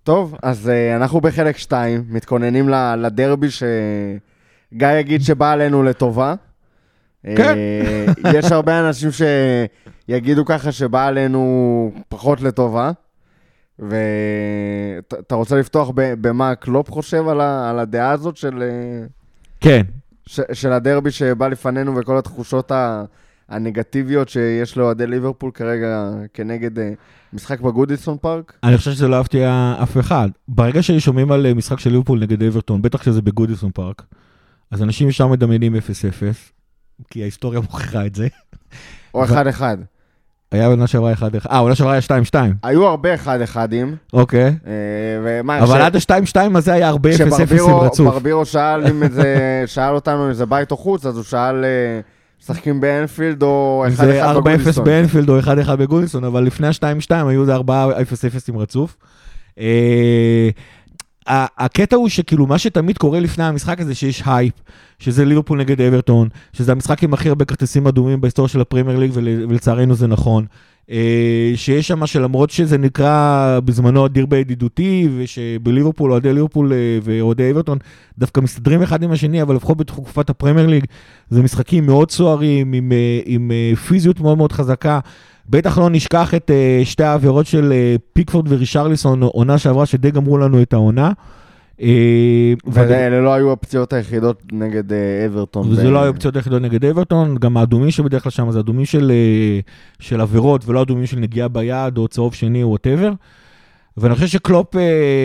טוב, אז אנחנו בחלק 2, מתכוננים לדרבי שגיא יגיד שבא עלינו לטובה. כן. יש הרבה אנשים שיגידו ככה שבא עלינו פחות לטובה. ואתה רוצה לפתוח במה קלופ חושב על הדעה הזאת כן. של הדרבי שבא לפנינו וכל התחושות הנגטיביות שיש לאוהדי ליברפול כרגע כנגד משחק בגודיסון פארק? אני חושב שזה לא הפתיע אף אחד. ברגע ששומעים על משחק של ליברפול נגד אברטון, בטח שזה בגודיסון פארק, אז אנשים שם מדמיינים 0-0, כי ההיסטוריה מוכיחה את זה. או 1-1. היה עונה שעברה 1-1. עונה שעברה היה 2-2. היו הרבה 1-1. אוקיי. אבל עד ה-2-2 הזה היה הרבה 0-0 רצוף. כשברבירו שאל אותנו אם זה בית או חוץ, אז הוא שאל משחקים באנפילד או 1-1 בגודיסון. זה 4-0 באנפילד או 1-1 בגודיסון, אבל לפני ה-2-2 היו זה 4-0 עם רצוף. הקטע הוא שכאילו מה שתמיד קורה לפני המשחק הזה שיש הייפ, שזה ליברפול נגד אברטון, שזה המשחק עם הכי הרבה כרטיסים אדומים בהיסטוריה של הפרמייר ליג, ולצערנו זה נכון. שיש שם שלמרות שזה נקרא בזמנו דרבי ידידותי, ושבליברפול, אוהדי ליברפול ואוהדי אברטון דווקא מסתדרים אחד עם השני, אבל לפחות בתקופת הפרמייר ליג, זה משחקים מאוד סוערים, עם פיזיות מאוד מאוד חזקה. בטח לא נשכח את שתי העבירות של פיקפורד ורישרליסון, עונה שעברה שדי גמרו לנו את העונה. ואלה לא היו הפציעות היחידות נגד אברטון. וזה לא היו הפציעות היחידות נגד אברטון, גם האדומים שבדרך כלל שם זה אדומים של עבירות, ולא אדומים של נגיעה ביד, או צהוב שני, או whatever. ואני חושב שקלופ,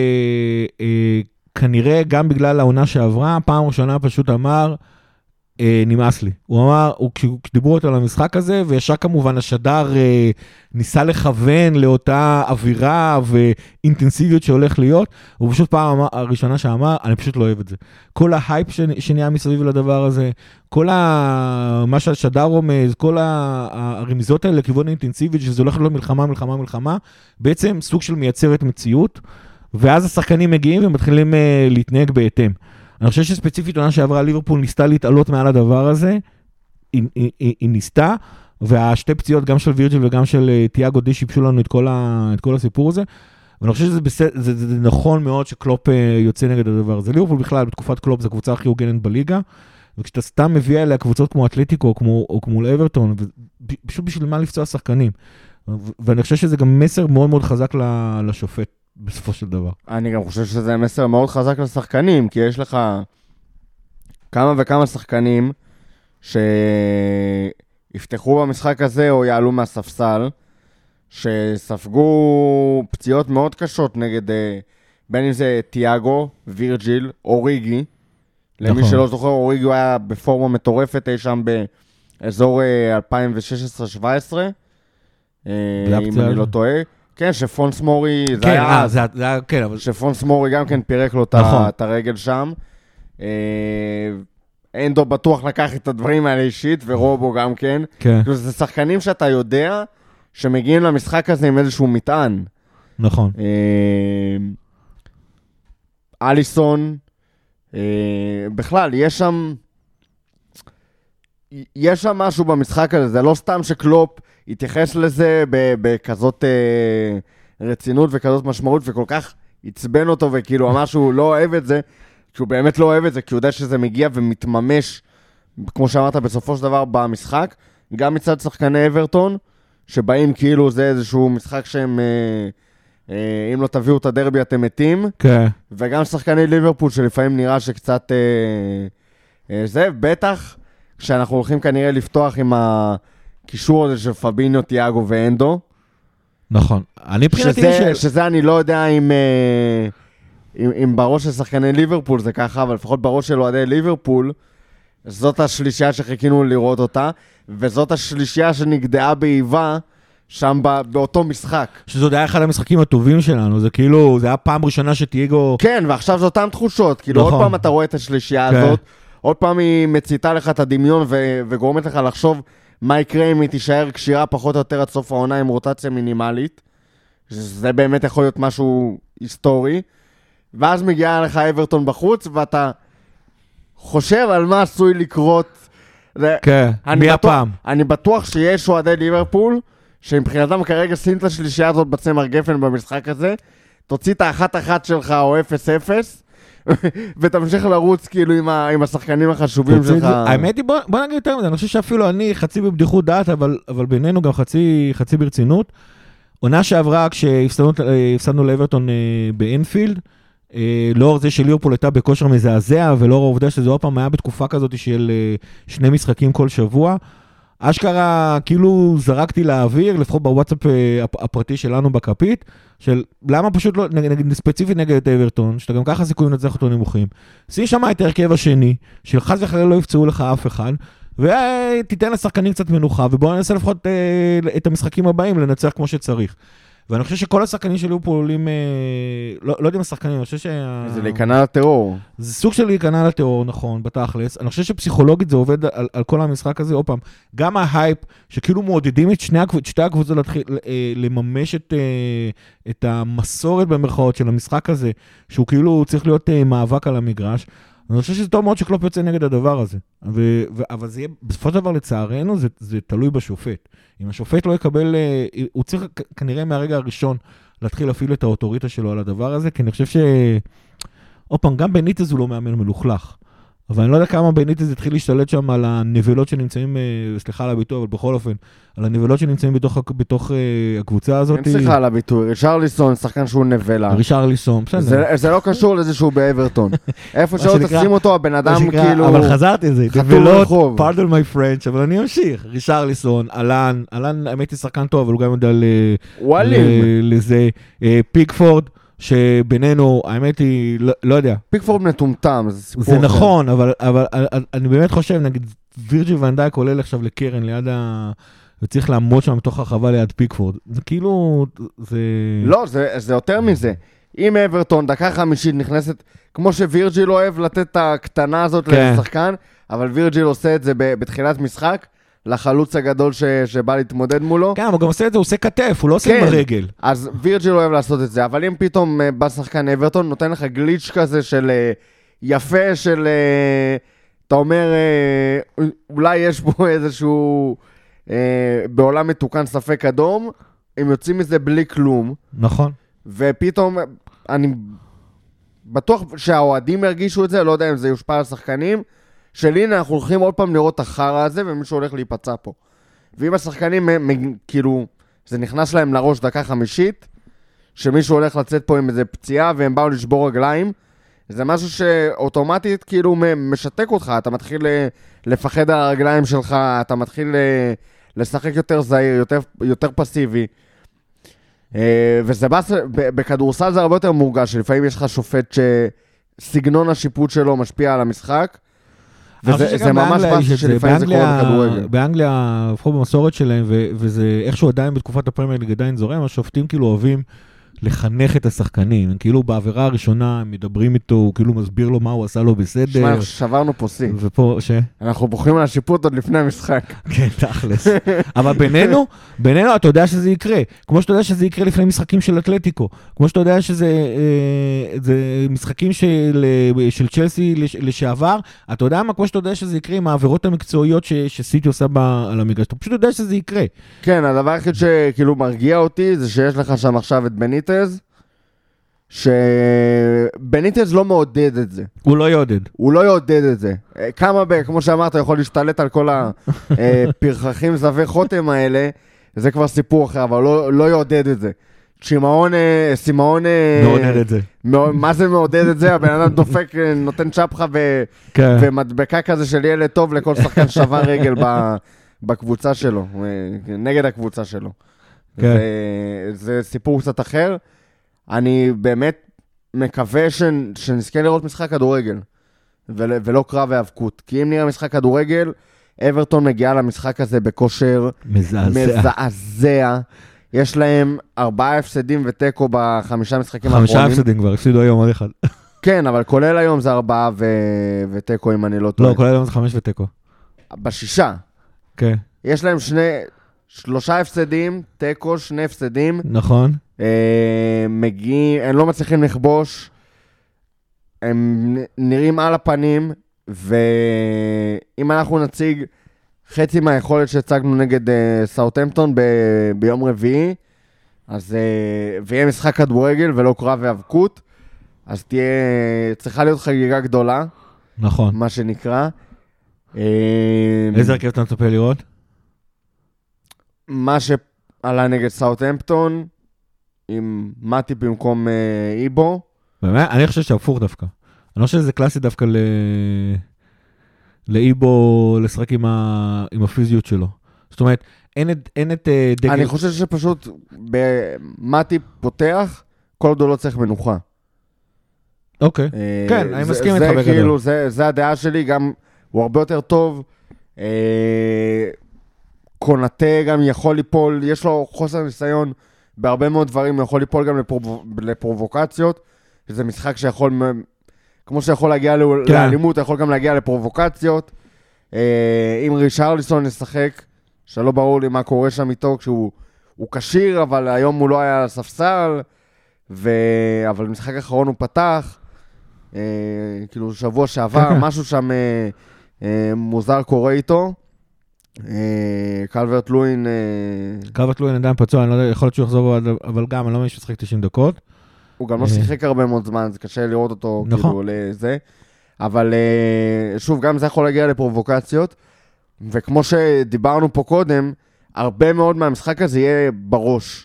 כנראה גם בגלל העונה שעברה, פעם ראשונה פשוט אמר, נמאס לי. הוא אמר, כשדיברו אותו על המשחק הזה, וישר כמובן השדר ניסה לכוון לאותה אווירה ואינטנסיביות שהולך להיות, הוא פשוט פעם הראשונה שאמר, אני פשוט לא אוהב את זה. כל ההייפ שנהיה מסביב לדבר הזה, כל מה שהשדר רומז, כל הרמיזות האלה לכיוון האינטנסיביות, שזה הולך להיות מלחמה, בעצם סוג של מייצרת מציאות, ואז השחקנים מגיעים ומתחילים להתנהג בהתאם. אני חושב שספציפית עונה שעברה ליברפול ניסתה להתעלות מעל הדבר הזה, היא ניסתה, והשתי פציעות גם של וירג'יל וגם של תיאגו די שיבשו לנו את כל הסיפור הזה, ואני חושב שזה נכון מאוד שקלופ יוצא נגד הדבר הזה. ליברפול בכלל בתקופת קלופ זו הקבוצה הכי הוגנת בליגה, וכשאתה סתם מביא אליה קבוצות כמו אתלטיקו או כמו אברטון, פשוט בשביל מה לפצוע שחקנים, ואני חושב שזה גם מסר מאוד מאוד חזק לשופט. בסופו של דבר. אני גם חושב שזה מסר מאוד חזק לשחקנים, כי יש לך כמה וכמה שחקנים שיפתחו במשחק הזה או יעלו מהספסל, שספגו פציעות מאוד קשות נגד, בין אם זה תיאגו, וירג'יל, אוריגי. למי שלא זוכר, אוריגי הוא היה בפורמה מטורפת, אי שם באזור 2016-2017, אם אני לא טועה. כן, שפונס מורי, זה היה, כן, אבל שפונס מורי גם כן פירק לו את הרגל שם. אנדו בטוח לקח את הדברים האלה אישית, ורובו גם כן. זה שחקנים שאתה יודע שמגיעים למשחק הזה עם איזשהו מטען. נכון. אליסון, בכלל, יש שם משהו במשחק הזה, זה לא סתם שקלופ התייחס לזה בכזאת רצינות וכזאת משמעות, וכל כך עצבן אותו, וכאילו אמר שהוא לא אוהב את זה, שהוא באמת לא אוהב את זה, כי הוא יודע שזה מגיע ומתממש, כמו שאמרת, בסופו של דבר במשחק, גם מצד שחקני אברטון, שבאים כאילו זה איזשהו משחק שהם, אם לא תביאו את הדרבי אתם מתים, וגם שחקני ליברפול שלפעמים נראה שקצת זה, בטח, כשאנחנו הולכים כנראה לפתוח עם הקישור הזה של פביניו, תיאגו ואנדו. נכון. שזה אני לא יודע אם בראש של שחקני ליברפול זה ככה, אבל לפחות בראש של אוהדי ליברפול, זאת השלישייה שחיכינו לראות אותה, וזאת השלישייה שנגדעה באיבה שם באותו משחק. שזאת היה אחד המשחקים הטובים שלנו, זה כאילו, זה היה פעם ראשונה שתיאגו... כן, ועכשיו זה אותם תחושות, כאילו עוד פעם אתה רואה את השלישייה הזאת, עוד פעם היא מציתה לך את הדמיון וגורמת לך לחשוב מה יקרה אם היא תישאר קשירה פחות או יותר עד סוף העונה עם רוטציה מינימלית. זה באמת יכול להיות משהו היסטורי. ואז מגיעה לך אברטון בחוץ ואתה חושב על מה עשוי לקרות. כן, מי הפעם? אני בטוח שיש אוהדי ליברפול שמבחינתם כרגע שים את השלישייה הזאת בצמר גפן במשחק הזה. תוציא את ה1-1 שלך או 0-0, ותמשיך לרוץ כאילו עם השחקנים החשובים שלך. האמת היא, בוא נגיד יותר מזה, אני חושב שאפילו אני חצי בבדיחות דעת, אבל בינינו גם חצי ברצינות. עונה שעברה כשהפסדנו לאברטון באנפילד, לאור זה שליברפול הייתה בכושר מזעזע, ולאור העובדה שזה עוד פעם היה בתקופה כזאת של 2 משחקים כל שבוע, אשכרה כאילו זרקתי לאוויר, לפחות בוואטסאפ הפרטי שלנו בכפית, של למה פשוט לא, ספציפית נגד אברטון, שאתה גם ככה סיכויים לנצח אותו נמוכים, שים שם את ההרכב השני, שחס וחלילה לא יפצעו לך אף אחד, ותיתן לשחקנים קצת מנוחה, ובואו ננסה לפחות את המשחקים הבאים לנצח כמו שצריך. ואני חושב שכל השחקנים של ליברפול עולים, לא יודע אם השחקנים, אני חושב זה להיכנע לטרור. זה סוג של להיכנע לטרור, נכון, בתכלס. אני חושב שפסיכולוגית זה עובד על כל המשחק הזה, עוד פעם, גם ההייפ, שכאילו מעודדים את שתי הקבוצות להתחיל לממש את המסורת במרכאות של המשחק הזה, שהוא כאילו צריך להיות מאבק על המגרש. אני חושב שזה טוב מאוד שקלופ יוצא נגד הדבר הזה. אבל זה יהיה, בסופו של דבר לצערנו, זה תלוי בשופט. אם השופט לא יקבל, הוא צריך כנראה מהרגע הראשון להתחיל להפעיל את האוטוריטה שלו על הדבר הזה, כי אני חושב עוד פעם, גם בניטז הוא לא מאמן מלוכלך. אבל אני לא יודע כמה בניטז התחיל להשתלט שם על הנבלות שנמצאים, סליחה על הביטוי, אבל בכל אופן, על הנבלות שנמצאים בתוך הקבוצה הזאת. אין סליחה על הביטוי, רישרליסון, שחקן שהוא נבלה. רישרליסון, בסדר. זה לא קשור לזה שהוא באברטון. איפה שלא תשים אותו, הבן אדם כאילו... אבל חזרתי את זה, חתול רחוב. pardon my French, אבל אני אמשיך. רישרליסון, אלן, האמת היא שחקן טוב, אבל הוא גם יודע לזה. פיקפורד. שבינינו, האמת היא, לא יודע. פיקפורד מטומטם, זה סיפור. זה נכון, אבל אני באמת חושב, נגיד, וירג'יל ואן דייק עולה עכשיו לקרן ליד וצריך לעמוד שם בתוך הרחבה ליד פיקפורד. זה כאילו, זה... לא, זה יותר מזה. אם אברטון, דקה 50 נכנסת, כמו שווירג'יל אוהב לתת את הקטנה הזאת לשחקן, אבל וירג'יל עושה את זה בתחילת משחק, לחלוץ הגדול שבא להתמודד מולו. כן, אבל גם עושה את זה, הוא עושה כתף, הוא לא עושה ברגל. אז וירג'יל אוהב לעשות את זה, אבל אם פתאום בא שחקן אברטון, נותן לך גליץ' כזה של יפה, של, אתה אומר, אולי יש בו איזשהו, בעולם מתוקן ספק אדום, הם יוצאים מזה בלי כלום. נכון. ופתאום, אני בטוח שהאוהדים ירגישו את זה, לא יודע אם זה יושפע על שחקנים, של הנה, אנחנו הולכים עוד פעם לראות את החרא הזה, ומישהו הולך להיפצע פה. ואם השחקנים, כאילו, זה נכנס להם לראש דקה 50, שמישהו הולך לצאת פה עם איזה פציעה, והם באו לשבור רגליים, זה משהו שאוטומטית, כאילו, משתק אותך, אתה מתחיל לפחד על הרגליים שלך, אתה מתחיל לשחק יותר זהיר, יותר פסיבי. וזה בכדורסל זה הרבה יותר מורגש, לפעמים יש לך שופט שסגנון השיפוט שלו משפיע על המשחק, וזה ממש משהו שלפעמים זה קורה בכדורגל. באנגליה, לפחות במסורת שלהם, וזה איכשהו עדיין בתקופת הפרמייר ליג עדיין זורם, השופטים כאילו אוהבים לחנך את השחקנים, כאילו בעבירה הראשונה הם מדברים איתו, הוא כאילו מסביר לו מה הוא עשה לו בסדר. שמע, שברנו פה סי. ופה, אנחנו בוחרים על השיפוט עוד לפני המשחק. כן, תכלס. אבל בינינו אתה יודע שזה יקרה. כמו שאתה יודע שזה יקרה לפני משחקים של אתלטיקו. כמו שאתה יודע שזה משחקים של צ'לסי לשעבר. אתה יודע מה? כמו שאתה יודע שזה יקרה עם העבירות המקצועיות שסיטי עושה על המגרש. אתה פשוט יודע שזה יקרה. כן, הדבר היחיד שכאילו מרגיע אותי זה שיש לך שם עכשיו את בניטז, שבניטז לא מעודד את זה. הוא לא יעודד. הוא לא יעודד את זה. כמו שאמרת, יכול להשתלט על כל הפרחחים זבי חותם האלה, זה כבר סיפור אחר, אבל לא יעודד את זה. סימאון מעודד את זה. מה זה מעודד את זה? הבן אדם דופק, נותן צ'פחה ומדבקה כזה של ילד טוב לכל שחקן שבר רגל בקבוצה שלו, נגד הקבוצה שלו. זה סיפור קצת אחר. אני באמת מקווה שנזכה לראות משחק כדורגל, ולא קרב והאבקות. כי אם נראה משחק כדורגל, אברטון מגיעה למשחק הזה בכושר מזעזע. יש להם 4 הפסדים וטקו ב5 משחקים האחרונים. 5 הפסדים כבר, הפסידו היום עוד אחד. כן, אבל כולל היום זה 4 וטקו, אם אני לא טועה. לא, כולל היום זה 5 וטקו. ב6. כן. יש להם 3 הפסדים, טקו, 2 הפסדים. נכון. הם לא מצליחים לכבוש, הם נראים על הפנים, ואם אנחנו נציג חצי מהיכולת שהצגנו נגד סאות'המפטון ביום רביעי, אז, ויהיה משחק כדורגל ולא קרב והאבקות, אז צריכה להיות חגיגה גדולה. נכון. מה שנקרא. איזה הרכב אתה מצפה לראות? מה שעלה נגד סאות'המפטון, עם מתי במקום איבו. באמת? אני חושב שהפוך דווקא. אני חושב שזה קלאסי דווקא לאיבו לשחק עם הפיזיות שלו. זאת אומרת, אין את דגל... אני חושב שפשוט מתי פותח, כל עוד הוא לא צריך מנוחה. אוקיי, כן, אני מסכים איתך בגדול. כאילו, זה הדעה שלי, גם הוא הרבה יותר טוב. קונטה גם יכול ליפול, יש לו חוסר ניסיון בהרבה מאוד דברים, הוא יכול ליפול גם לפרובוקציות, שזה משחק שיכול, כמו שיכול להגיע לאלימות, יכול גם להגיע לפרובוקציות. אם רישרליסון ישחק, שלא ברור לי מה קורה שם איתו, כשהוא קשיר, אבל היום הוא לא היה על הספסל, אבל במשחק האחרון הוא פתח, כאילו שבוע שעבר, משהו שם מוזר קורה איתו. קלברט לוין עדיין פצוע, אני לא יודע, יכול להיות שהוא יחזור, אבל גם, אני לא מבין ששחק 90 דקות. הוא גם לא שיחק הרבה מאוד זמן, זה קשה לראות אותו כאילו לזה. אבל שוב, גם זה יכול להגיע לפרובוקציות, וכמו שדיברנו פה קודם, הרבה מאוד מהמשחק הזה יהיה בראש.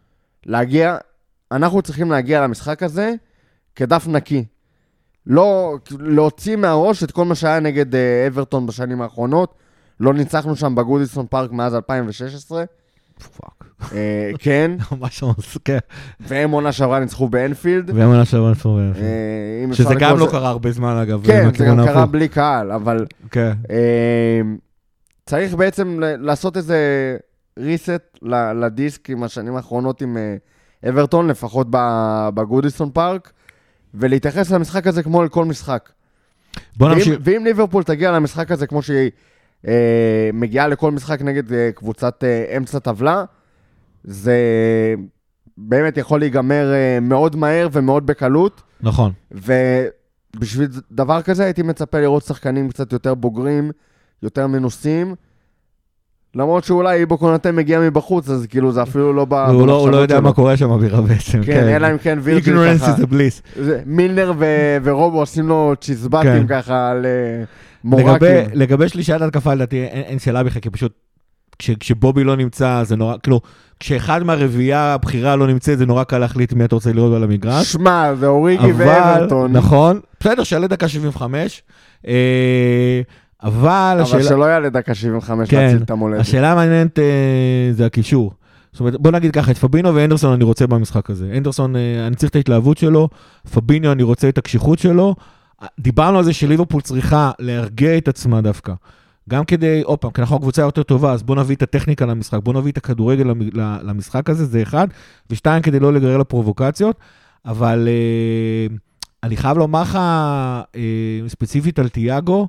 אנחנו צריכים להגיע למשחק הזה כדף נקי. לא להוציא מהראש את כל מה שהיה נגד אברטון בשנים האחרונות. לא ניצחנו שם בגודיסון פארק מאז 2016. פאק. כן. ממש מסכה. והם עונה שעברה ניצחו באנפילד. שזה גם לא קרה הרבה זמן אגב. כן, זה גם קרה בלי קהל, אבל צריך בעצם לעשות איזה ריסט לדיסק עם השנים האחרונות עם אברטון, לפחות בגודיסון פארק, ולהתייחס למשחק הזה כמו לכל משחק. ואם ליברפול תגיע למשחק הזה כמו שהיא מגיעה לכל משחק נגד קבוצת אמצע טבלה, זה באמת יכול להיגמר מאוד מהר ומאוד בקלות. נכון. ובשביל דבר כזה הייתי מצפה לראות שחקנים קצת יותר בוגרים, יותר מנוסים, למרות שאולי איבו קונטה מגיע מבחוץ, אז כאילו זה אפילו לא במחשבות שלו. הוא לא יודע מה קורה שם אווירה בעצם. כן, אלא אם כן וירג'יל ככה. Ignorance is a bliss. מילנר ורובו עושים לו צ'יזבטים ככה על מורקים. לגבי שלישת התקפה, לדעתי אין שאלה בכלל, כי פשוט כשבובי לא נמצא, זה נורא, כאילו, כשאחד מהרביעייה הבחירה לא נמצא, זה נורא קל להחליט מי אתה רוצה לראות על המגרש. שמע, זה אוריגי ואברטון. נכון, בסדר, שעלה דקה 75, אבל שלא יעלה דקה 75 להציל את המולדת. השאלה המעניינת זה הקישור. זאת אומרת, בוא נגיד ככה, את פבינו ואנדרסון אני רוצה במשחק הזה. אנדרסון, אני צריך את ההתלהבות שלו, פבינו אני רוצה את הקשיחות שלו. דיברנו על זה שליברפול צריכה להרגיע את עצמה דווקא. גם כדי, כי אנחנו קבוצה יותר טובה, אז בוא נביא את הטכניקה למשחק, בוא נביא את הכדורגל למשחק הזה, זה אחד, ושתיים, כדי לא לגרר לפרובוקציות, אבל אני חייב לומר לך, ספציפית על תיאגו,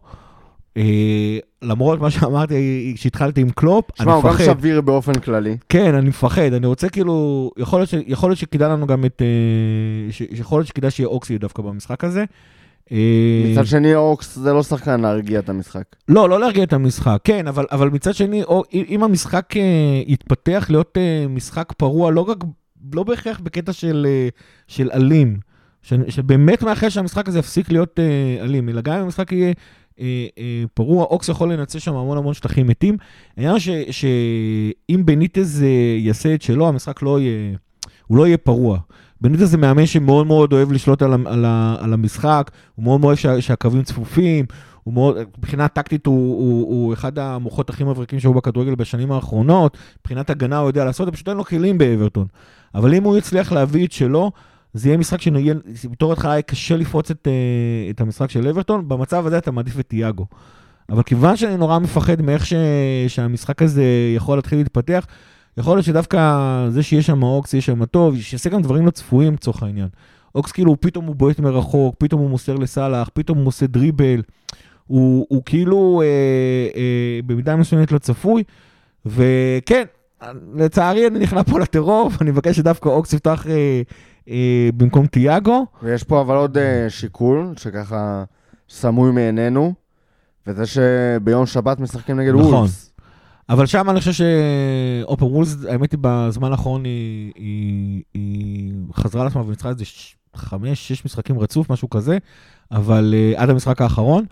למרות מה שאמרתי, שהתחלתי עם קלופ, אני מפחד. הוא גם שביר באופן כללי. כן, אני מפחד, אני רוצה כאילו, יכול להיות שכדאי לנו גם יכול להיות שכדאי שיהיה אוקסי דווקא במשחק הזה, מצד שני, אוקס זה לא שחקן להרגיע את המשחק. לא להרגיע את המשחק, כן, אבל מצד שני, אם המשחק יתפתח להיות משחק פרוע, לא בהכרח בקטע של אלים, שבאמת מאחר שהמשחק הזה יפסיק להיות אלים, אלא גם אם המשחק יהיה פרוע, אוקס יכול לנצל שם המון שטחים מתים. העניין שאם בניטז יעשה את שלו, המשחק לא יהיה פרוע. בניטז זה מאמן שמאוד מאוד אוהב לשלוט על המשחק, הוא מאוד אוהב שהקווים צפופים, מבחינה טקטית הוא אחד המוחות הכי מבריקים שהיו בכדורגל בשנים האחרונות, מבחינת הגנה הוא יודע לעשות, פשוט אין לו כלים באברטון. אבל אם הוא יצליח להביא את שלו, זה יהיה משחק שבתור התחלה יהיה קשה לפרוץ את המשחק של אברטון, במצב הזה אתה מעדיף את תיאגו. אבל כיוון שאני נורא מפחד מאיך שהמשחק הזה יכול להתחיל להתפתח, יכול להיות שדווקא זה שיש שם אוקס, יש שם טוב, שיעשה גם דברים לא צפויים צורך העניין. אוקס כאילו פתאום הוא בועט מרחוק, פתאום הוא מוסר לסלח, פתאום הוא עושה דריבל, הוא כאילו במידה מסוימת לא צפוי, וכן, לצערי אני נכנע פה לטרור, ואני מבקש שדווקא אוקס יפתח במקום תיאגו. ויש פה אבל עוד שיקול, שככה סמוי מעינינו, וזה שביום שבת משחקים נגד וולפס. אבל שם אני חושב שאופר וולס, האמת היא בזמן האחרון היא חזרה לעצמה וניצחה איזה 5-6 משחקים רצוף, משהו כזה, אבל עד המשחק האחרון,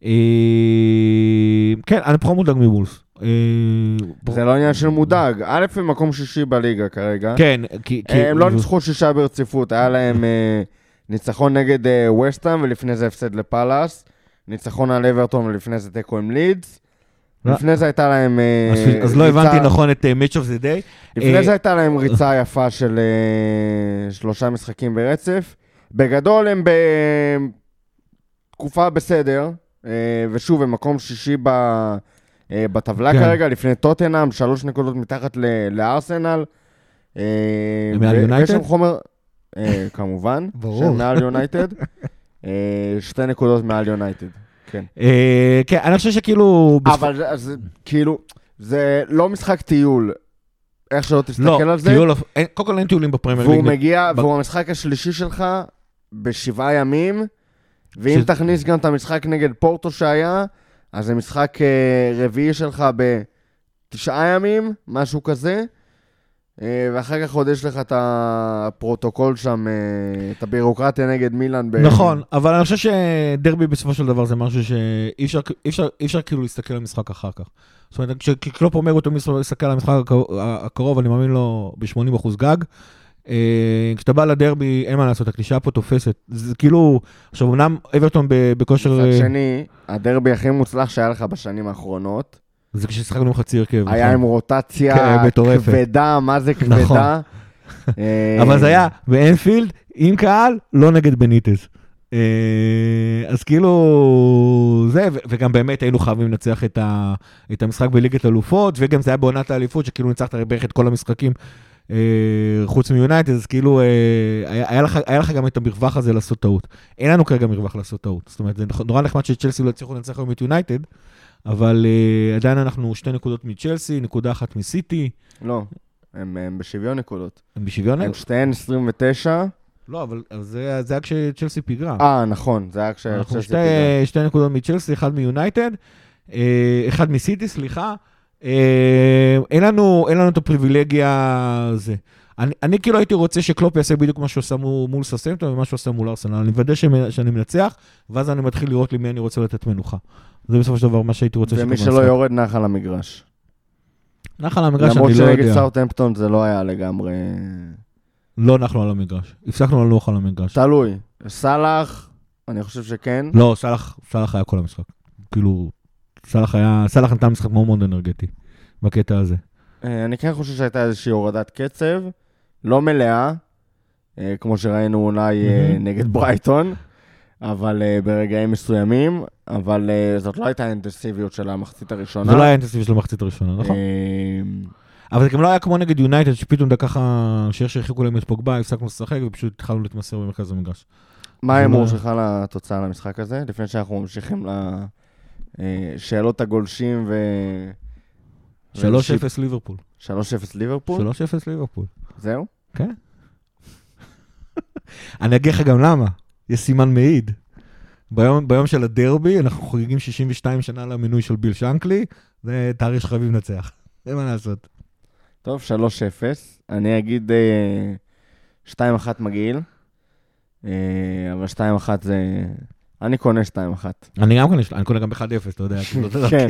כן, אני פחות מודאג מוולס. זה לא עניין של מודאג. א' הם מקום שישי בליגה כרגע. כן. הם לא ניצחו 6 ברציפות, היה להם ניצחון נגד ווסטהאם, ולפני זה הפסד לפאלאס, ניצחון על אברטון ולפני זה תיקו עם לידס. לפני זה הייתה להם... אז לא הבנתי נכון את Match of the Day. לפני זה הייתה להם ריצה יפה של 3 משחקים ברצף. בגדול הם בתקופה בסדר, ושוב הם מקום שישי בטבלה כרגע, לפני טוטנהאם, 3 נקודות מתחת לארסנל. מעל יונייטד? יש שם חומר, כמובן, שהם מעל יונייטד. 2 נקודות מעל יונייטד. כן. כן, אני חושב שכאילו... אבל כאילו, זה לא משחק טיול, איך שלא תסתכל על זה. לא, טיול, קודם כל אין טיולים בפרמייר והוא מגיע, והוא המשחק השלישי שלך ב7 ימים, ואם תכניס גם את המשחק נגד פורטו שהיה, אז זה משחק רביעי שלך ב9 ימים, משהו כזה, ואחר כך עוד יש לך את הפרוטוקול שם, את הבירוקרטיה נגד מילאן. נכון, אבל אני חושב שדרבי בסופו של דבר זה משהו שאי אפשר כאילו להסתכל על המשחק אחר כך. זאת אומרת, כשקלופ אומר אותו להסתכל על המשחק הקרוב, אני מאמין לו ב-80% גג. כשאתה בא לדרבי, אין מה לעשות, הקלישה פה תופסת. זה כאילו, עכשיו אמנם אברטון בכושר... מצד שני, הדרבי הכי מוצלח שהיה לך בשנים האחרונות, זה כששחקנו חצי הרכב. היה עם רוטציה כבדה, מה זה כבדה? אבל זה היה באנפילד, עם קהל, לא נגד בניטז. אז כאילו, זה, וגם באמת היינו חייבים לנצח את המשחק בליגת אלופות, וגם זה היה בעונת האליפות, שכאילו ניצחת בערך את כל המשחקים חוץ מיונייטד, אז כאילו, היה לך גם את המרווח הזה לעשות טעות. אין לנו כרגע מרווח לעשות טעות. זאת אומרת, זה נורא נחמד שצ'לסי לא הצליחו לנצח היום את יונייטד, אבל עדיין אנחנו 2 נקודות מצ'לסי, נקודה 1 מסיטי. לא, הם בשוויון נקודות. הם בשוויון? הם שתיהן 29. לא, אבל זה היה כשצ'לסי פיגרה. נכון, זה היה כשצ'לסי פיגרה. אנחנו 2 נקודות מצ'לסי, 1 מיונייטד, 1 מסיטי, סליחה. אין לנו את הפריבילגיה הזה. אני כאילו הייתי רוצה שקלופ יעשה בדיוק מה שעושה מול סאות'המפטון ומה שעושה מול ארסנל. אני מוודא שאני מנצח, ואז אני מתחיל לראות למי אני רוצה לתת מנוחה. זה בסופו של דבר מה שהייתי רוצה ומי שלא יורד נח על המגרש. נח על המגרש אני לא יודע. למרות שנגד סאות'המפטון זה לא היה לגמרי... לא נחנו על המגרש. הפסקנו לנוח על המגרש. תלוי. סלאח, אני חושב שכן. לא, סלאח היה כל המשחק. כאילו, סלאח נתן משחק מאוד מאוד אנרגטי בקטע הזה. אני כן חושב שהייתה איזושהי הורדת קצב, לא מלאה, כמו שראינו אולי נגד ברייטון, אבל ברגעים מסוימים, אבל זאת לא הייתה האינטנסיביות של המחצית הראשונה. זה לא היה האינטנסיביות של המחצית הראשונה, נכון? אבל זה גם לא היה כמו נגד יונייטד, שפתאום ככה שהרחיקו להם את פוגבה, הפסקנו לשחק ופשוט התחלנו להתמסר במרכז המגרש. מה האמור שלך לתוצאה למשחק הזה? לפני שאנחנו ממשיכים לשאלות הגולשים ו... 3-0 ליברפול. 3-0 ליברפול? 3-0 ליברפול. זהו? כן. אני אגיד לך גם למה. יש סימן מעיד. ביום של הדרבי, אנחנו חוגגים 62 שנה למינוי של ביל שנקלי, זה תאריך שחייבים לנצח. אין מה לעשות. טוב, 3-0. אני אגיד 2-1 מגעיל, אבל 2-1 זה... אני קונה 2-1. אני גם קונה גם 1-0, אתה יודע. כן.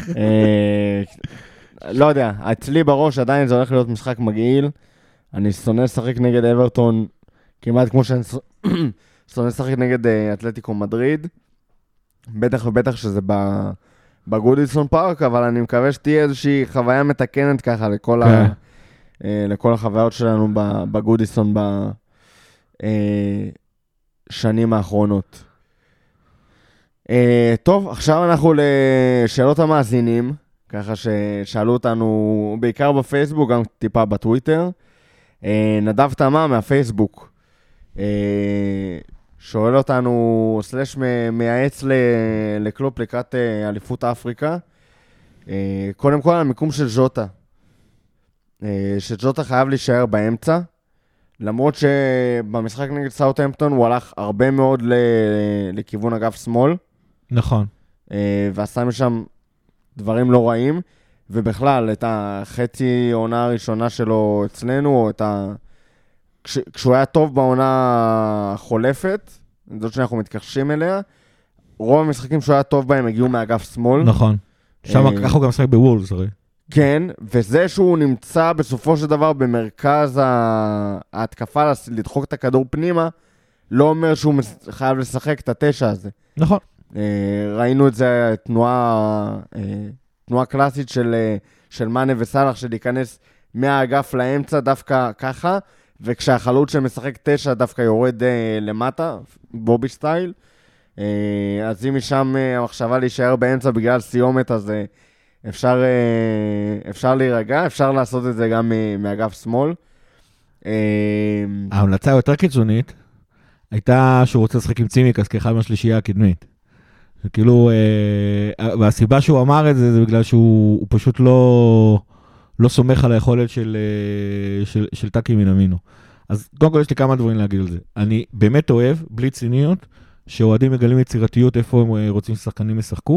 לא יודע, אצלי בראש עדיין זה הולך להיות משחק מגעיל. אני שונא לשחק נגד אברטון, כמעט כמו שאני שונא לשחק נגד אתלטיקו מדריד. בטח ובטח שזה בגודיסון פארק, אבל אני מקווה שתהיה איזושהי חוויה מתקנת ככה לכל החוויות שלנו בגודיסון בשנים האחרונות. טוב, עכשיו אנחנו לשאלות המאזינים, ככה ששאלו אותנו בעיקר בפייסבוק, גם טיפה בטוויטר. נדב תמה מהפייסבוק שואל אותנו, סלש מייעץ לקלופ לקראת אליפות אפריקה. קודם כל, המיקום של ז'וטה. שז'וטה חייב להישאר באמצע, למרות שבמשחק נגד סאות'המפטון הוא הלך הרבה מאוד לכיוון אגף שמאל. נכון. ועשה משם דברים לא רעים. ובכלל, את החצי העונה הראשונה שלו אצלנו, או כשהוא היה טוב בעונה החולפת, זאת שאנחנו מתכחשים אליה, רוב המשחקים שהוא היה טוב בהם הגיעו מאגף שמאל. נכון. שם ככה הוא גם משחק בוולס, הרי. כן, וזה שהוא נמצא בסופו של דבר במרכז ההתקפה לדחוק את הכדור פנימה, לא אומר שהוא חייב לשחק את התשע הזה. נכון. ראינו את זה, תנועה קלאסית של מאנה וסלח, של להיכנס מהאגף לאמצע דווקא ככה, וכשהחלוץ שמשחק תשע דווקא יורד למטה, בובי סטייל. אז אם משם המחשבה להישאר באמצע בגלל סיומת, אז אפשר להירגע, אפשר לעשות את זה גם מאגף שמאל. ההמלצה היותר קיצונית הייתה שהוא רוצה לשחק עם צימקס כאחד מהשלישייה הקדמית. כאילו, והסיבה שהוא אמר את זה, זה בגלל שהוא פשוט לא סומך על היכולת של טאקי מינמינו. אז קודם כל יש לי כמה דברים להגיד על זה. אני באמת אוהב, בלי ציניות, שאוהדים מגלים יצירתיות איפה הם רוצים ששחקנים ישחקו,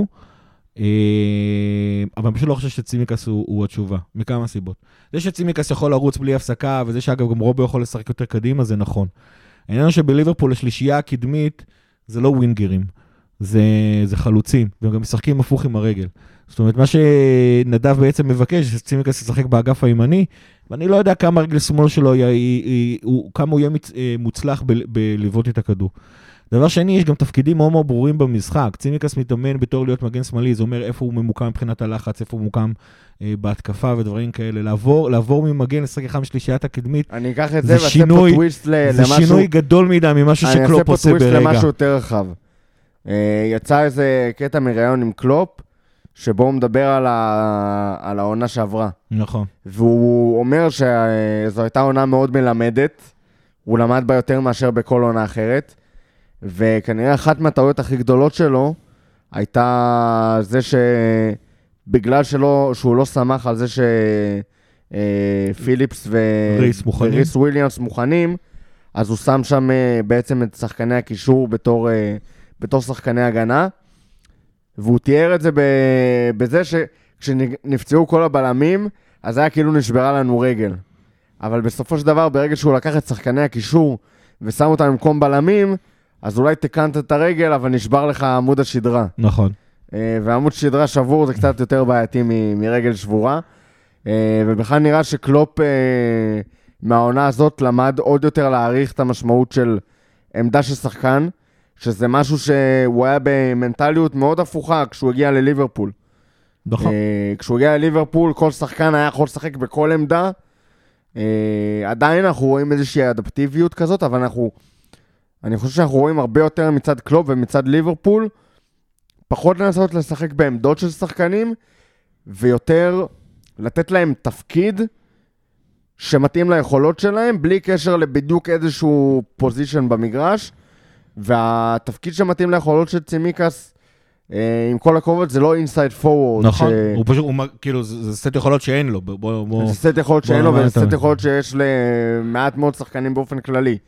אבל אני פשוט לא חושב שצימקס הוא התשובה, מכמה סיבות. זה שצימקס יכול לרוץ בלי הפסקה, וזה שאגב גם רובו יכול לשחק יותר קדימה, זה נכון. העניין שבליברפול השלישייה הקדמית, זה לא ווינגרים, זה חלוצים, והם גם משחקים הפוך עם הרגל. זאת אומרת, מה שנדב בעצם מבקש, שצימקס ישחק באגף הימני, ואני לא יודע כמה הרגל שמאל שלו, כמה הוא יהיה מוצלח בלבנות את הכדור. דבר שני, יש גם תפקידים מאוד מאוד ברורים במשחק. צימקס מתאמן בתור להיות מגן שמאלי, זה אומר איפה הוא ממוקם מבחינת הלחץ, איפה הוא ממוקם בהתקפה ודברים כאלה. לעבור ממגן לשחק אחד משלישיית הקדמית, אני אקח את זה ועשה פה טוויסט למשהו... זה שינוי גדול מדי ממשהו שקלופ עושה ברגע. אני אעשה פה טוויסט למשהו יותר רחב. יצא איזה קטע מראיון עם קלופ, שבו הוא מדבר על העונה שעברה. נכון. והוא אומר שזו הייתה עונה מאוד מלמדת, הוא למד בה יותר מאשר בכל עונה אחרת, וכנראה אחת מהטעויות הכי גדולות שלו, הייתה זה שבגלל שהוא לא שמח על זה שפיליפס וריס וויליאמס מוכנים, אז הוא שם שם בעצם את שחקני הקישור בתור שחקני הגנה, והוא תיאר את זה בזה שכשנפצעו כל הבלמים, אז היה כאילו נשברה לנו רגל. אבל בסופו של דבר, ברגע שהוא לקח את שחקני הקישור ושם אותם במקום בלמים, אז אולי תקנת את הרגל, אבל נשבר לך עמוד השדרה. נכון. ועמוד שדרה שבור זה קצת יותר בעייתי מרגל שבורה. ובכלל נראה שקלופ מהעונה הזאת למד עוד יותר להעריך את המשמעות של עמדה של שחקן, שזה משהו שהוא היה במנטליות מאוד הפוכה כשהוא הגיע לליברפול. נכון. כשהוא הגיע לליברפול, כל שחקן היה יכול לשחק בכל עמדה. עדיין אנחנו רואים איזושהי אדפטיביות כזאת, אבל אני חושב שאנחנו רואים הרבה יותר מצד קלופ ומצד ליברפול, פחות לנסות לשחק בעמדות של שחקנים, ויותר לתת להם תפקיד שמתאים ליכולות שלהם, בלי קשר לבדיוק איזשהו פוזישן במגרש, והתפקיד שמתאים ליכולות של צימקס, עם כל הכובד, זה לא אינסייד פורוורד. נכון, הוא פשוט, כאילו, זה סט יכולות שאין לו. זה סט יכולות שאין לו, וזה סט יכולות שיש למעט מאוד שחקנים באופן כללי.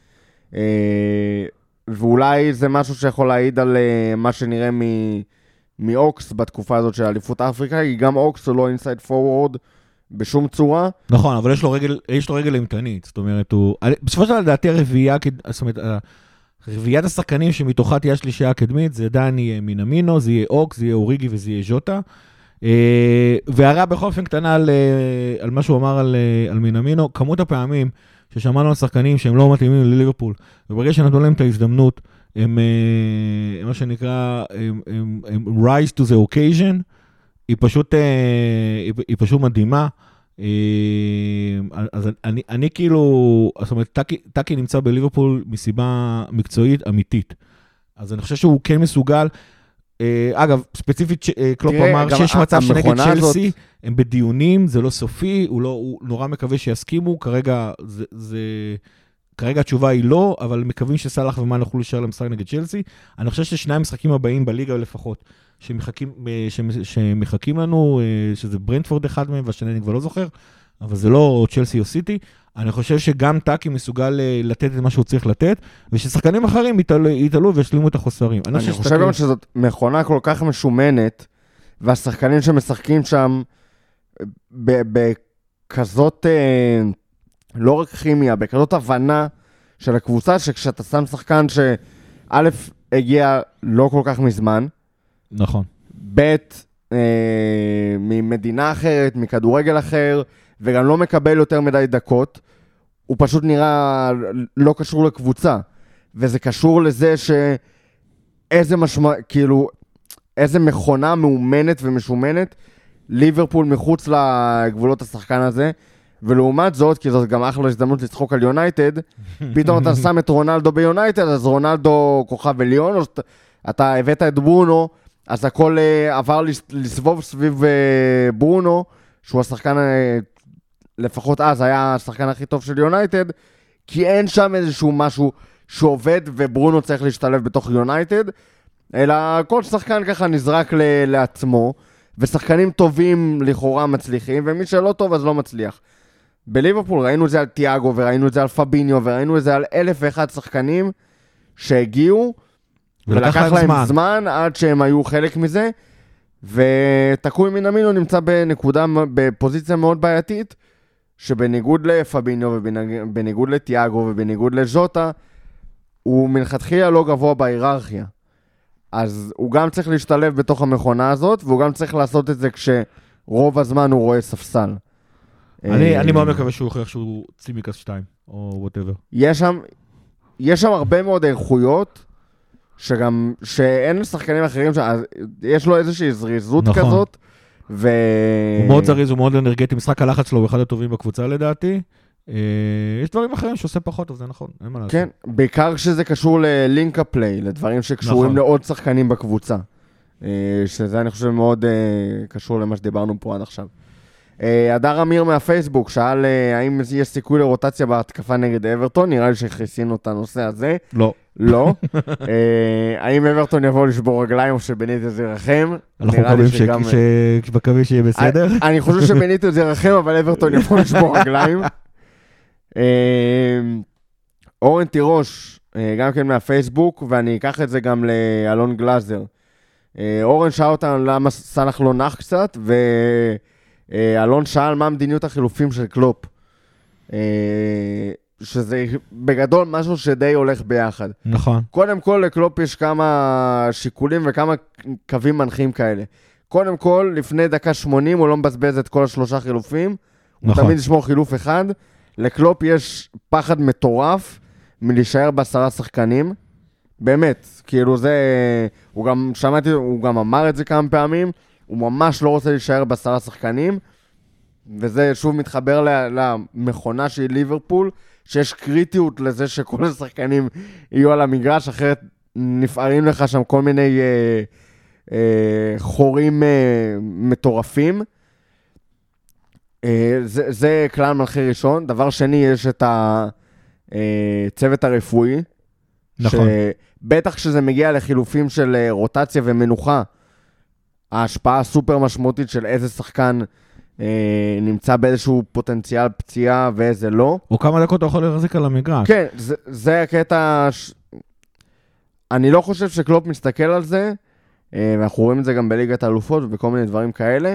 ואולי זה משהו שיכול להעיד על מה שנראה מאוקס בתקופה הזאת של אליפות אפריקה, כי גם אוקס הוא לא אינסייד פורוורד בשום צורה. נכון, אבל יש לו רגל אימתנית. זאת אומרת, בסופו של דבר, לדעתי הרביעייה, זאת אומרת, רביעיית השחקנים שמתוכה תהיה השלישייה הקדמית, זה עדיין יהיה מינמינו, זה יהיה אוקס, זה יהיה אוריגי וזה יהיה ז'וטה. והרע בכל אופן קטנה על מה שהוא אמר על מינמינו, כמות הפעמים ששמענו על שחקנים שהם לא מתאימים לליברפול, וברגע שנתנו להם את ההזדמנות, הם מה שנקרא, הם rise to the occasion, היא פשוט מדהימה. אז אני כאילו, זאת אומרת, טאקי נמצא בליברפול מסיבה מקצועית אמיתית. אז אני חושב שהוא כן מסוגל, אגב, ספציפית קלופ אמר שיש מצב שנגד צ'לסי, הם בדיונים, זה לא סופי, הוא נורא מקווה שיסכימו, כרגע התשובה היא לא, אבל מקווים שסלח ומן יוכלו להישאר למשחק נגד צ'לסי. אני חושב ששני המשחקים הבאים בליגה לפחות, שמחכים לנו, שזה ברנטפורד אחד מהם, והשני אני כבר לא זוכר, אבל זה לא צ'לסי או סיטי, אני חושב שגם טאקי מסוגל לתת את מה שהוא צריך לתת, וששחקנים אחרים יתעלו וישלימו את החוסרים. אני חושב גם שזאת מכונה כל כך משומנת, והשחקנים שמשחקים שם, בכזאת, לא רק כימיה, בכזאת הבנה של הקבוצה, שכשאתה שם שחקן שא' הגיע לא כל כך מזמן, נכון. ב' ממדינה אחרת, מכדורגל אחר, וגם לא מקבל יותר מדי דקות, הוא פשוט נראה לא קשור לקבוצה, וזה קשור לזה איזה מכונה מאומנת ומשומנת, ליברפול מחוץ לגבולות השחקן הזה, ולעומת זאת, כי זאת גם אחלה הזדמנות לצחוק על יונייטד, פתאום אתה שם את רונלדו ביונייטד, אז רונלדו כוכב עליון, או אתה הבאת את ברונו, אז הכל עבר לסבוב סביב ברונו, שהוא השחקן, לפחות אז היה השחקן הכי טוב של יונייטד, כי אין שם איזשהו משהו שעובד, וברונו צריך להשתלב בתוך יונייטד, אלא כל שחקן ככה נזרק לעצמו, ושחקנים טובים לכאורה מצליחים, ומי שלא טוב אז לא מצליח. בליברפול ראינו את זה על תיאגו, וראינו את זה על פאביניו, וראינו את זה על 1001 שחקנים שהגיעו, ולקח להם זמן עד שהם היו חלק מזה, ותקוי מינמינו נמצא בפוזיציה מאוד בעייתית, שבניגוד לפאביניו, ובניגוד לתיאגו, ובניגוד לז'וטה, הוא מלכתחילה לא גבוה בהיררכיה. אז הוא גם צריך להשתלב בתוך המכונה הזאת, והוא גם צריך לעשות את זה כשרוב הזמן הוא רואה ספסל. אני מאוד מקווה שהוא יוכיח שהוא צימקס 2, או whatever. יש שם הרבה מאוד איכויות, שאין לשחקנים אחרים, יש לו איזושהי זריזות כזאת, הוא מאוד זריז, הוא מאוד אנרגטי, משחק הלחץ שלו הוא אחד הטובים בקבוצה לדעתי, יש דברים אחרים שעושה פחות טוב, זה נכון, אין מה לעשות. כן, בעיקר כשזה קשור ללינק הפליי, לדברים שקשורים לעוד שחקנים בקבוצה, שזה אני חושב מאוד קשור למה שדיברנו פה עד עכשיו. הדר אמיר מהפייסבוק שאל האם יש סיכוי לרוטציה בהתקפה נגד אברטון, נראה לי שכיסינו את הנושא הזה. לא. לא. האם אברטון יבוא לשבור רגליים או שבניטז ירחם? אנחנו מקווים שיהיה בסדר. אני חושב שבניטז ירחם, אבל אברטון יבוא לשבור רגליים. אורן תירוש, גם כן מהפייסבוק, ואני אקח את זה גם לאלון גלאזר. אורן שאל אותנו למה סלח לא נח קצת, ואלון שאל מה מדיניות החילופים של קלופ. שזה בגדול משהו שדי הולך ביחד. נכון. קודם כל לקלופ יש כמה שיקולים וכמה קווים מנחים כאלה. קודם כל, לפני דקה 80 הוא לא מבזבז את כל השלושה חילופים, נכון. הוא תמיד ישמור חילוף אחד. לקלופ יש פחד מטורף מלהישאר ב10 שחקנים. באמת, כאילו זה, הוא גם, שמעתי, הוא גם אמר את זה כמה פעמים, הוא ממש לא רוצה להישאר ב10 שחקנים, וזה שוב מתחבר למכונה של ליברפול, שיש קריטיות לזה שכל השחקנים יהיו על המגרש, אחרת נפערים לך שם כל מיני חורים מטורפים. זה כלל מלכי ראשון. דבר שני, יש את הצוות הרפואי, נכון. שבטח כשזה מגיע לחילופים של רוטציה ומנוחה, ההשפעה הסופר משמעותית של איזה שחקן נמצא באיזשהו פוטנציאל פציעה ואיזה לא. או כמה דקות אתה יכול להחזיק על המגרש. כן, זה הקטע, אני לא חושב שקלופ מסתכל על זה, ואנחנו רואים את זה גם בליגת האלופות ובכל מיני דברים כאלה,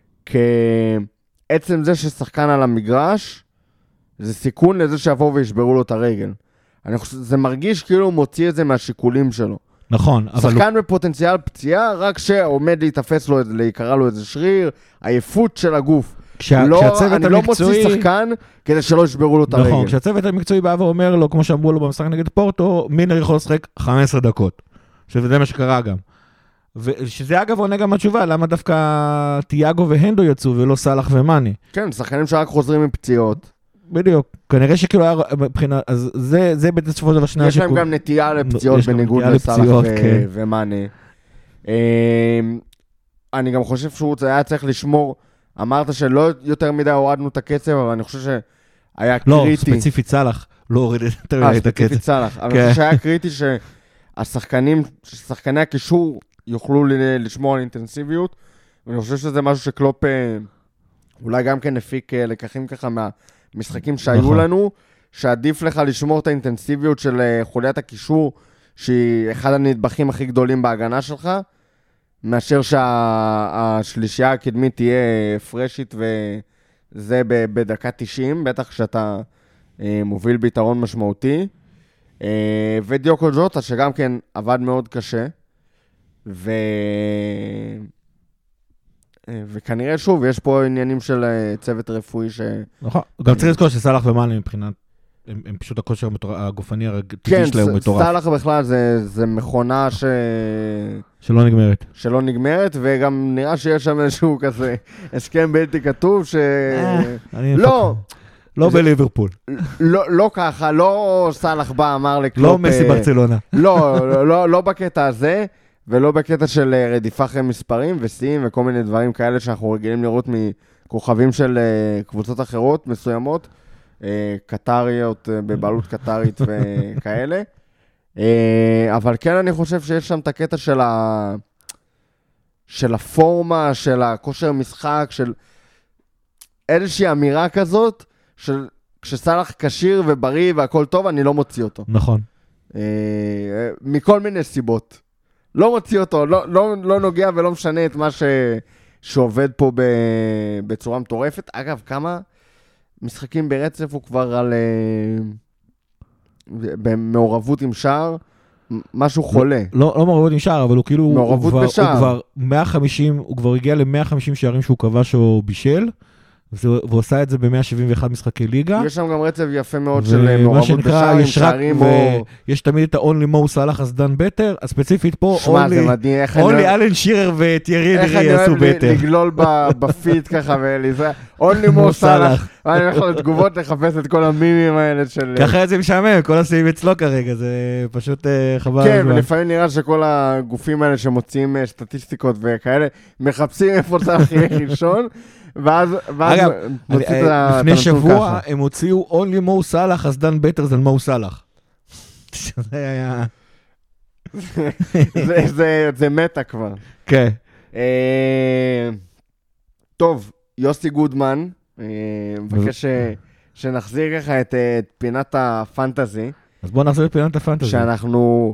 כעצם זה ששחקן על המגרש, זה סיכון לזה שיבואו וישברו לו את הרגל. זה מרגיש כאילו הוא מוציא את זה מהשיקולים שלו. נכון. שחקן בפוטנציאל פציעה, רק שעומד להתאפס לו, להיקרא לו איזה שריר, עייפות של הגוף. אני לא מוציא שחקן כדי שלא ישברו לו את הרגל. נכון, כשהצוות המקצועי בא ואומר לו, כמו שאמרו לו במשחק נגד פורטו, מינר יכול לשחק 15 דקות. שזה מה שקרה גם. ושזה אגב עונה גם התשובה, למה דווקא תיאגו והנדו יצאו ולא סלח ומאני. כן, שחקנים שרק חוזרים מפציעות. בדיוק. כנראה שכאילו היה מבחינה, אז זה בסופו של השני השיקול. יש להם גם נטייה לפציעות בניגוד לסלח ומאני. אני גם חושב שהוא היה צריך לשמור, אמרת שלא יותר מדי הורדנו את הקצב, אבל אני חושב שהיה קריטי. לא, ספציפית סלח, לא הוריד יותר מדי את הקצב. ספציפית סלח, אבל אני חושב שהיה קריטי ששחקני הקישור יוכלו לשמור על אינטנסיביות, ואני חושב שזה משהו שקלופ אולי גם כן הפיק לקחים ככה משחקים שהיו לנו, שעדיף לך לשמור את האינטנסיביות של חוליית הקישור, שהיא אחד הנדבכים הכי גדולים בהגנה שלך, מאשר שהשלישייה הקדמית תהיה פרשית וזה בדקה 90, בטח כשאתה מוביל ביתרון משמעותי. ודיוקו ג'וטה, שגם כן עבד מאוד קשה, וכנראה שוב, יש פה עניינים של צוות רפואי נכון, גם צריך לזכור שסלאח ומאנה מבחינת, הם פשוט הכושר הגופני הטבעי שלהם הוא מטורף. כן, סלאח בכלל זה מכונה שלא נגמרת. שלא נגמרת, וגם נראה שיש שם איזשהו כזה הסכם בלתי כתוב לא בליברפול. לא ככה, לא סלאח בא, אמר לקלופ... לא מסי ברצלונה. לא בקטע הזה, ולא בקטע של רדיפה אחרי מספרים ושיאים וכל מיני דברים כאלה שאנחנו רגילים לראות מכוכבים של קבוצות אחרות מסוימות, קטריות, בבעלות קטרית וכאלה. אבל כן אני חושב שיש שם את הקטע של הפורמה, של הכושר משחק, של איזושהי אמירה כזאת, כשסלאח קשיר ובריא והכל טוב, אני לא מוציא אותו. נכון. מכל מיני סיבות. לא מוציא אותו, לא נוגע ולא משנה את מה שעובד פה בצורה מטורפת. אגב, כמה משחקים ברצף הוא כבר על במעורבות עם שער, משהו חולה. לא מעורבות עם שער, אבל הוא כאילו, מעורבות בשער. הוא כבר הגיע ל-150 שערים שהוא כבש או בישל, והוא עושה את זה ב-171 משחקי ליגה. יש שם גם רצף יפה מאוד של מעורבות בשער עם שערים או... יש תמיד את ה-only מו סלאח אז דן בטר, הספציפית פה, only אלן שירר וטיירי נרי יעשו בטר. איך אני אוהב לגלול בפיד ככה ולזרע, only מו סלאח, ואני הולך לתגובות לחפש את כל המימים האלה של... ככה זה משעמם, כל הסביב אצלו כרגע, זה פשוט חבל. כן, ולפעמים נראה שכל הגופים האלה שמוציאים סטטיסטיקות וכאלה, מחפשים איפה סלאח יהיה ראשון, ואז אגב, לפני שבוע הם הוציאו only מו סלאח, אז דן בטר זה מו סלאח. זה היה... זה מטה כבר. כן. טוב, יוסי גודמן, מבקש שנחזיר ככה את פינת הפנטזי. אז בואו נחזיר את פינת הפנטזי. שאנחנו...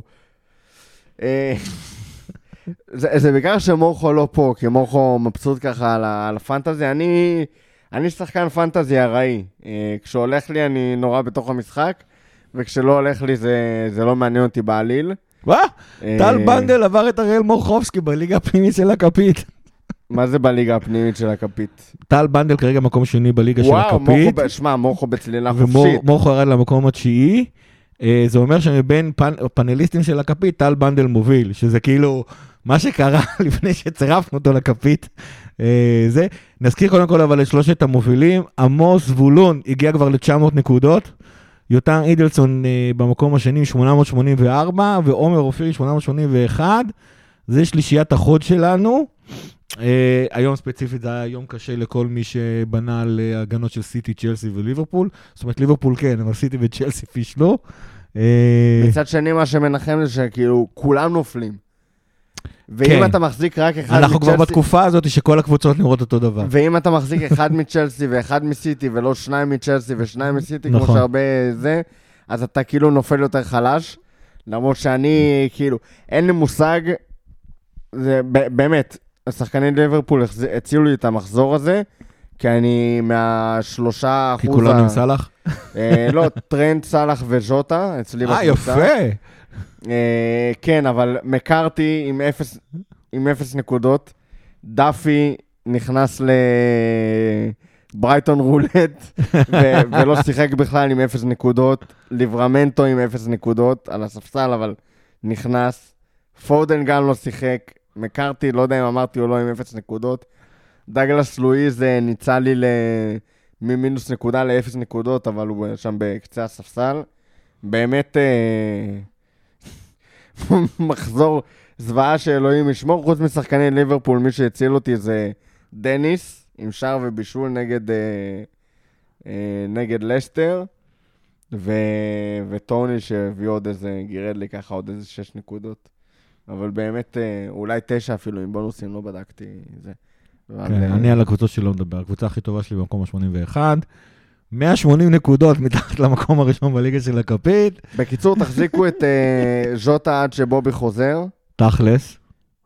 זה בעיקר שמורכו לא פה, כי מורכו מבסוט ככה על הפנטזי. אני שחקן פנטזי הראי. כשהולך לי אני נורא בתוך המשחק, וכשלא הולך לי זה לא מעניין אותי בעליל. טל בנדל עבר את אריאל מורחובסקי בליגה הפנימית של הכפית. מה זה בליגה הפנימית של הכפית? טל בנדל כרגע מקום שני בליגה של הכפית. וואו, שמע, מורכו בצלילה חופשית. ומורכו ירד למקום התשיעי. זה אומר שמבין פאנליסטים של הכפית, טל בנדל מוביל, שזה כאילו מה שקרה לפני שצירפנו אותו לכפית. זה. נזכיר קודם כל אבל את שלושת המובילים, עמוס זבולון הגיע כבר ל-900 נקודות, יותם אידלסון במקום השני 884, ועומר אופירי 881, זה שלישיית החוד שלנו. היום ספציפית זה היה יום קשה לכל מי שבנה על הגנות של סיטי, צ'לסי וליברפול, זאת אומרת ליברפול כן, אבל סיטי וצ'לסי פיש לא. מצד שני מה שמנחם זה שכאילו כולם נופלים. ואם אתה מחזיק רק אחד מצ'לסי... אנחנו כבר בתקופה הזאת שכל הקבוצות נראות אותו דבר. ואם אתה מחזיק אחד מצ'לסי ואחד מסיטי, ולא שניים מצ'לסי ושניים מסיטי, כמו שהרבה זה, אז אתה כאילו נופל יותר חלש. למרות שאני כאילו, אין לי מושג, זה באמת, השחקני ליברפול הצילו לי את המחזור הזה, כי אני מה3%... כי כולנו עם סלאח? לא, טרנד, סלאח וז'וטה, אצלי בקבוצה. יפה! כן, אבל מקרתי עם 0 נקודות, דאפי נכנס לברייטון רולט, ולא שיחק בכלל עם 0 נקודות, ליברמנטו עם 0 נקודות, על הספסל, אבל נכנס, פודן גם לא שיחק, מקרתי, לא יודע אם אמרתי או לא, עם 0 נקודות, דגלס לואיז ניצל לי ממינוס נקודה ל0 נקודות, אבל הוא שם בקצה הספסל, באמת... מחזור זוועה שאלוהים ישמור, חוץ משחקני ליברפול, מי שהציל אותי זה דניס, עם שער ובישול נגד לשטר, וטוני שהביא עוד איזה, גירד לי ככה עוד איזה 6 נקודות, אבל באמת אולי 9 אפילו, עם בונוסים לא בדקתי זה. אני על הקבוצות שלי לא מדבר, הקבוצה הכי טובה שלי במקום ה-81, 180 נקודות מתחת למקום הראשון בליגה של הכפית. בקיצור, תחזיקו את ז'וטה עד שבובי חוזר. תכלס.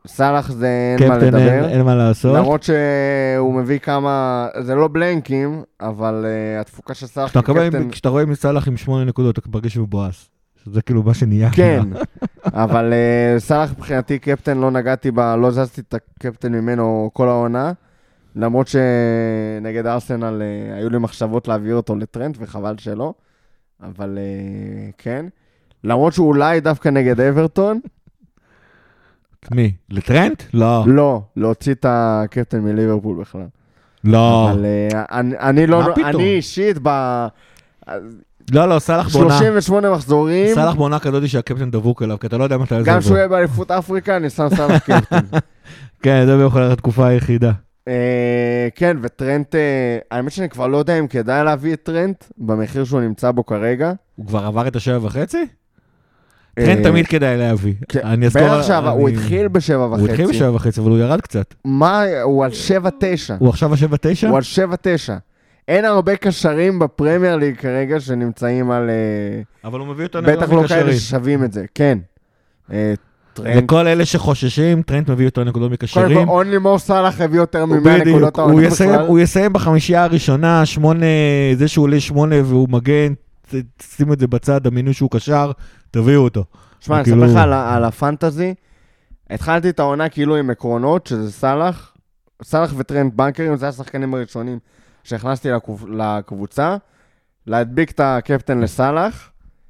סלאח זה אין מה קפטן לדבר. אין מה לעשות. למרות שהוא מביא כמה, זה לא בלנקים, אבל התפוקה של סלאח כקפטן... כשאתה רואה מסלאח עם 8 נקודות, אתה מרגיש מבואס. זה כאילו מה שנהיה. כן, אבל סלאח מבחינתי קפטן לא נגעתי בה, לא זזתי את הקפטן ממנו כל העונה, למרות שנגד ארסנל היו לי מחשבות להעביר אותו לטרנט, וחבל שלא, אבל כן. למרות שהוא אולי דווקא נגד אברטון. מי? לטרנט? לא. לא, להוציא את הקפטן מליברפול בכלל. לא. אבל אני לא, מה פתאום? אני אישית לא, סלאח בונה. 38 מחזורים. סלאח בונה כזאת שהקפטן דבוק אליו, כי אתה לא יודע מתי זה גם שהוא יהיה באליפות אפריקה, אני שם סלאח קפטן. כן, זה יכול להיות התקופה היחידה. כן, וטרנט, האמת שאני כבר לא יודע אם כדאי להביא את טרנט, במחיר שהוא נמצא בו כרגע. הוא כבר עבר את ה7.5? טרנט תמיד כדאי להביא. בערך שווה, הוא התחיל ב7.5. הוא התחיל ב7.5, אבל הוא ירד קצת. מה, הוא על 7.9. הוא עכשיו ה7.9? הוא על 7.9. אין הרבה קשרים בפרמייר ליג כרגע שנמצאים על... אבל הוא מביא אותנו נקודות בטח לא כאלה ששווים את זה, כן. לכל אלה שחוששים, טרנט מביא יותר נקודות מקשרים. קודם כל, אונלי מור סלאח הביא יותר מ-100 נקודות העונה בכלל. הוא יסיים בחמישייה הראשונה, 8, זה שהוא עולה 8 והוא מגן, שימו את זה בצד, המינוי שהוא קשר, תביאו אותו. שמע, אני אספר לך על הפנטזי, התחלתי את העונה כאילו עם עקרונות, שזה סלאח וטרנט בנקרים, זה השחקנים הראשונים שהכנסתי לקבוצה, להדביק את הקפטן לסלאח,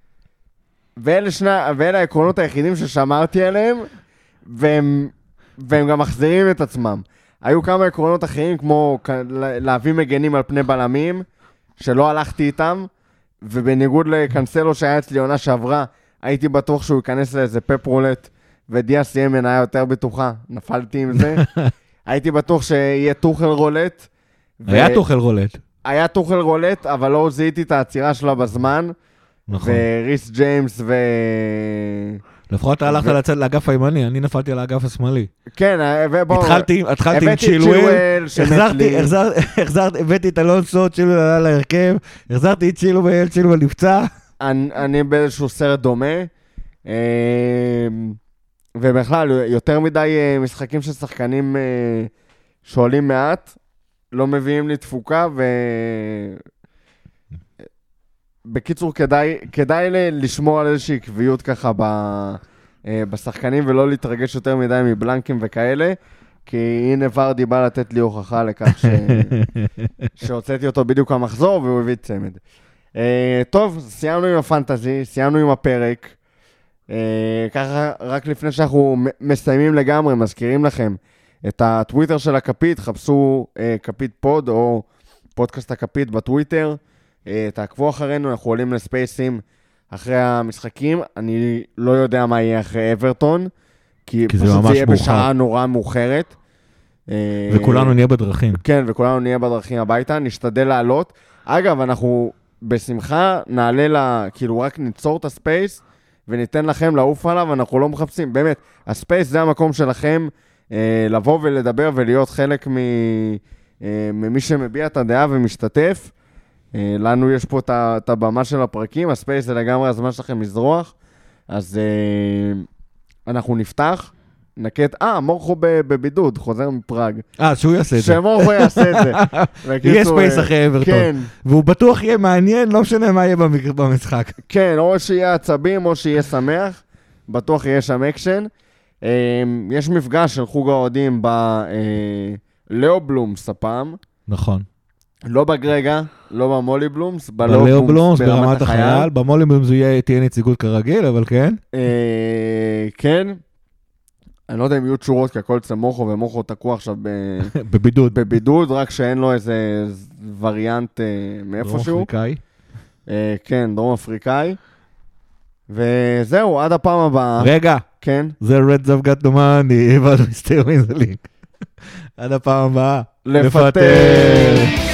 ואלה העקרונות היחידים ששמרתי עליהם, והם גם מחזירים את עצמם. היו כמה עקרונות אחרים, כמו להביא מגנים על פני בלמים, שלא הלכתי איתם, ובניגוד לקנסלו שהיה אצלי עונה שעברה, הייתי בטוח שהוא ייכנס לאיזה פפ רולט, ודיאס ימן היה יותר בטוחה, נפלתי עם זה. הייתי בטוח שיהיה טוחל רולט. היה טוחל רולט. היה טוחל רולט, אבל לא זיהיתי את העצירה שלה בזמן. נכון. וריס ג'יימס לפחות אתה הלכת לצד לאגף הימני, אני נפלתי על האגף השמאלי. כן, ובואו... התחלתי עם צ'ילואל, הבאתי את אלונסו, צ'ילואל עלה להרכב, החזרתי את צ'ילואל נפצע. אני באיזשהו סרט דומה, ובכלל, יותר מדי משחקים של שחקנים שואלים מעט, לא מביאים לי תפוקה, בקיצור, כדאי לשמור על איזושהי קביעות ככה בשחקנים, ולא להתרגש יותר מדי מבלנקים וכאלה, כי הנה ורדי בא לתת לי הוכחה לכך שהוצאתי אותו בדיוק המחזור, והוא הביא צמד. טוב, סיימנו עם הפנטזי, סיימנו עם הפרק. ככה, רק לפני שאנחנו מסיימים לגמרי, מזכירים לכם את הטוויטר של הקפית, חפשו קפית פוד או פודקאסט הקפית בטוויטר. תעקבו אחרינו, אנחנו עולים לספייסים אחרי המשחקים. אני לא יודע מה יהיה אחרי אברטון, כי פשוט זה יהיה בשעה נורא מאוחרת. וכולנו נהיה בדרכים. כן, וכולנו נהיה בדרכים הביתה, נשתדל לעלות. אגב, אנחנו בשמחה נעלה כאילו רק ניצור את הספייס, וניתן לכם לעוף עליו, אנחנו לא מחפשים. באמת, הספייס זה המקום שלכם לבוא ולדבר ולהיות חלק ממי שמביע את הדעה ומשתתף. לנו יש פה את הבמה של הפרקים, הספייס זה לגמרי הזמן שלכם לזרוח, אז אנחנו נפתח, נקט, מורכו בבידוד, חוזר מפראג. שהוא יעשה את זה. שמורכו יעשה את זה. יהיה ספייס אחרי אברטון. כן. והוא בטוח יהיה מעניין, לא משנה מה יהיה במשחק. כן, או שיהיה עצבים או שיהיה שמח, בטוח יהיה שם אקשן. יש מפגש של חוג האוהדים בלאו בלומס הפעם. נכון. לא בגרגה, לא במולי בלומס, בלאו בלומס ברמת החייל, במולי בלומס תהיה נציגות כרגיל, אבל כן. כן. אני לא יודע אם יהיו תשורות, כי הכל אצל מוחו, ומוחו תקוע עכשיו בבידוד, רק שאין לו איזה וריאנט מאיפשהו. דרום אפריקאי. כן, דרום אפריקאי. וזהו, עד הפעם הבאה. רגע. כן. זה Reds have got the money, but we still in the league. עד הפעם הבאה. לפטר.